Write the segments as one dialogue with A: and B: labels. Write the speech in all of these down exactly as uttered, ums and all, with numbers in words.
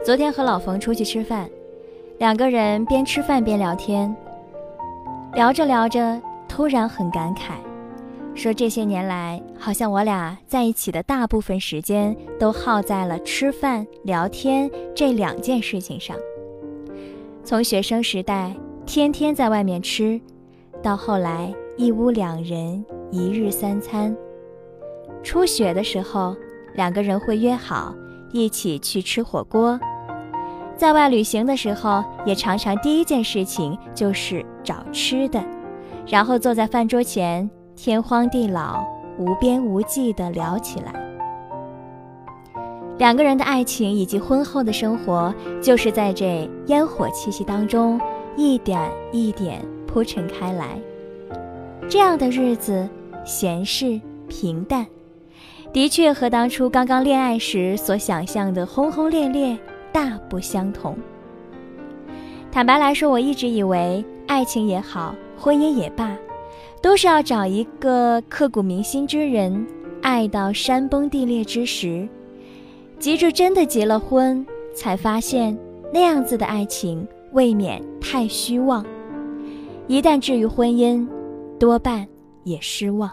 A: 昨天和老冯出去吃饭，两个人边吃饭边聊天，聊着聊着突然很感慨，说这些年来好像我俩在一起的大部分时间都耗在了吃饭聊天这两件事情上。从学生时代天天在外面吃，到后来一屋两人一日三餐。初雪的时候，两个人会约好一起去吃火锅，在外旅行的时候也常常第一件事情就是找吃的，然后坐在饭桌前天荒地老无边无际地聊起来。两个人的爱情以及婚后的生活，就是在这烟火气息当中一点一点铺陈开来。这样的日子闲适平淡，的确和当初刚刚恋爱时所想象的轰轰烈烈大不相同。坦白来说，我一直以为爱情也好，婚姻也罢，都是要找一个刻骨铭心之人，爱到山崩地裂之时，及至真的结了婚，才发现那样子的爱情未免太虚妄，一旦至于婚姻，多半也失望。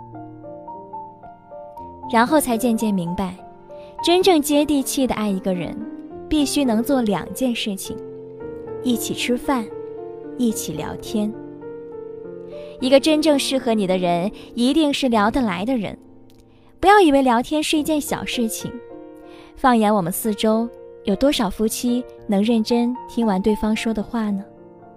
A: 然后才渐渐明白，真正接地气的爱一个人，必须能做两件事情：一起吃饭，一起聊天。一个真正适合你的人，一定是聊得来的人。不要以为聊天是一件小事情，放眼我们四周，有多少夫妻能认真听完对方说的话呢？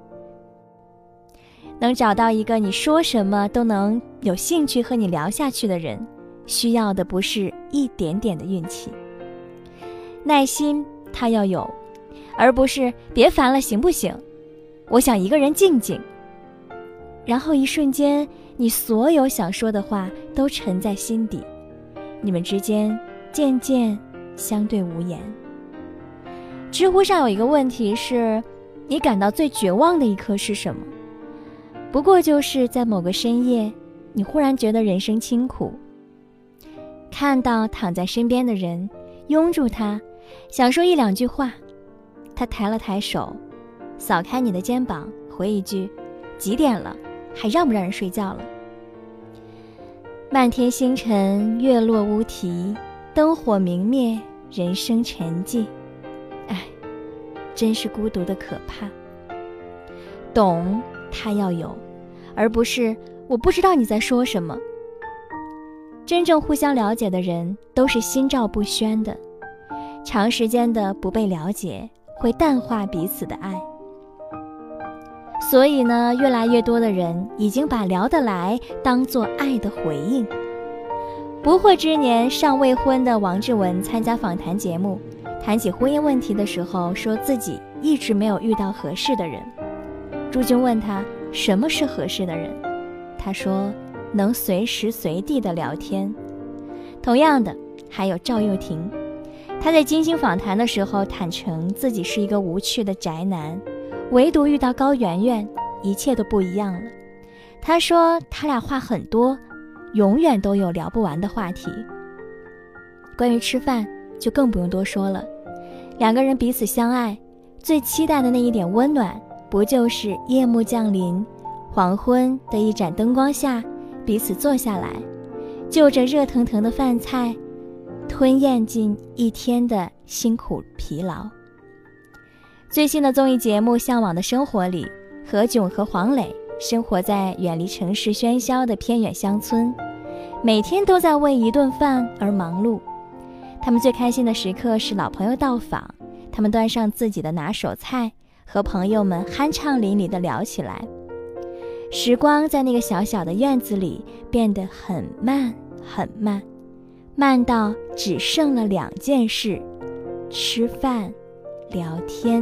A: 能找到一个你说什么都能有兴趣和你聊下去的人，需要的不是一点点的运气。耐心他要有，而不是别烦了行不行，我想一个人静静。然后一瞬间，你所有想说的话都沉在心底，你们之间渐渐相对无言。知乎上有一个问题是，你感到最绝望的一刻是什么？不过就是在某个深夜，你忽然觉得人生清苦，看到躺在身边的人，拥住他，想说一两句话，他抬了抬手，扫开你的肩膀，回一句：几点了，还让不让人睡觉了？漫天星辰，月落乌啼，灯火明灭，人生沉寂。哎，真是孤独的可怕。懂他要有，而不是我不知道你在说什么。真正互相了解的人都是心照不宣的，长时间的不被了解会淡化彼此的爱。所以呢，越来越多的人已经把聊得来当作爱的回应。不惑之年尚未婚的王志文参加访谈节目，谈起婚姻问题的时候，说自己一直没有遇到合适的人。朱军问他什么是合适的人，他说能随时随地的聊天。同样的还有赵又廷，他在金星访谈的时候坦诚自己是一个无趣的宅男，唯独遇到高圆圆，一切都不一样了。他说他俩话很多，永远都有聊不完的话题。关于吃饭就更不用多说了，两个人彼此相爱，最期待的那一点温暖，不就是夜幕降临，黄昏的一盏灯光下，彼此坐下来，就着热腾腾的饭菜，吞咽进一天的辛苦疲劳。最新的综艺节目《向往的生活》里，何炅和黄磊生活在远离城市喧嚣的偏远乡村，每天都在为一顿饭而忙碌。他们最开心的时刻是老朋友到访，他们端上自己的拿手菜，和朋友们酣畅淋漓地聊起来。时光在那个小小的院子里变得很慢很慢，慢到只剩了两件事：吃饭聊天。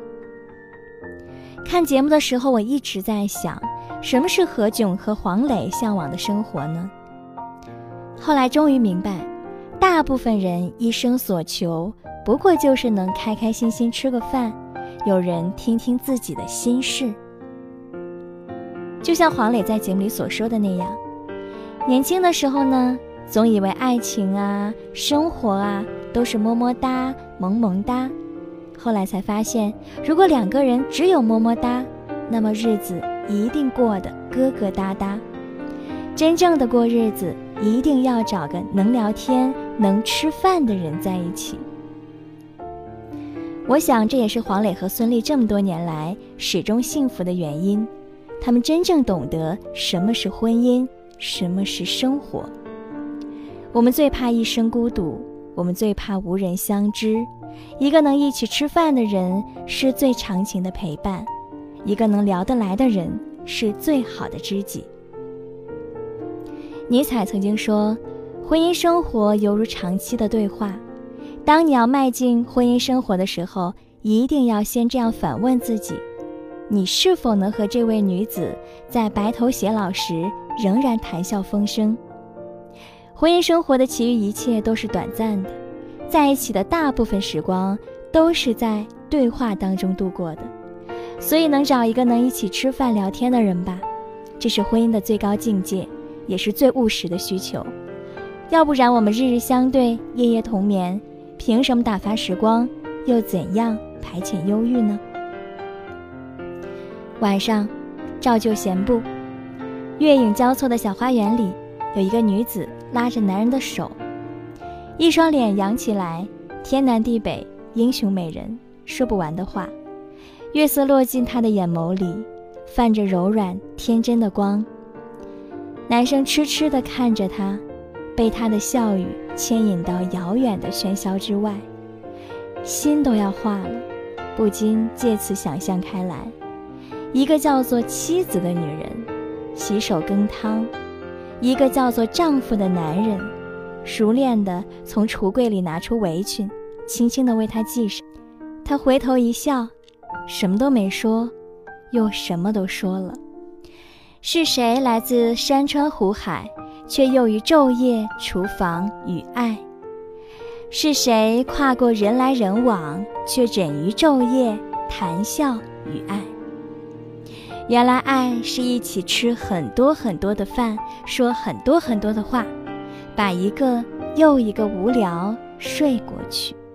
A: 看节目的时候，我一直在想，什么是何炅和黄磊向往的生活呢？后来终于明白，大部分人一生所求不过就是能开开心心吃个饭，有人听听自己的心事。就像黄磊在节目里所说的那样，年轻的时候呢，总以为爱情啊生活啊都是么么哒萌萌哒， 后来才发现，如果两个人只有么么哒，那么日子一定过得疙疙瘩瘩。真正的过日子，一定要找个能聊天、能吃饭的人在一起。我想这也是黄磊和孙俪这么多年来始终幸福的原因。他们真正懂得什么是婚姻，什么是生活。我们最怕一生孤独，我们最怕无人相知。一个能一起吃饭的人是最长情的陪伴，一个能聊得来的人是最好的知己。尼采曾经说，婚姻生活犹如长期的对话。当你要迈进婚姻生活的时候，一定要先这样反问自己，你是否能和这位女子在白头偕老时仍然谈笑风生？婚姻生活的其余一切都是短暂的，在一起的大部分时光都是在对话当中度过的。所以能找一个能一起吃饭聊天的人吧，这是婚姻的最高境界，也是最务实的需求。要不然我们日日相对，夜夜同眠，凭什么打发时光，又怎样排遣忧郁呢？晚上，照旧闲步，月影交错的小花园里，有一个女子拉着男人的手，一双脸扬起来，天南地北，英雄美人，说不完的话。月色落进她的眼眸里，泛着柔软天真的光。男生痴痴地看着她，被她的笑语牵引到遥远的喧嚣之外，心都要化了，不禁借此想象开来。一个叫做妻子的女人洗手羹汤，一个叫做丈夫的男人熟练地从橱柜里拿出围裙，轻轻地为她系上。她回头一笑，什么都没说，又什么都说了。是谁来自山川湖海，却囿于昼夜厨房与爱？是谁跨过人来人往，却枕于昼夜谈笑与爱？原来爱是一起吃很多很多的饭，说很多很多的话，把一个又一个无聊睡过去。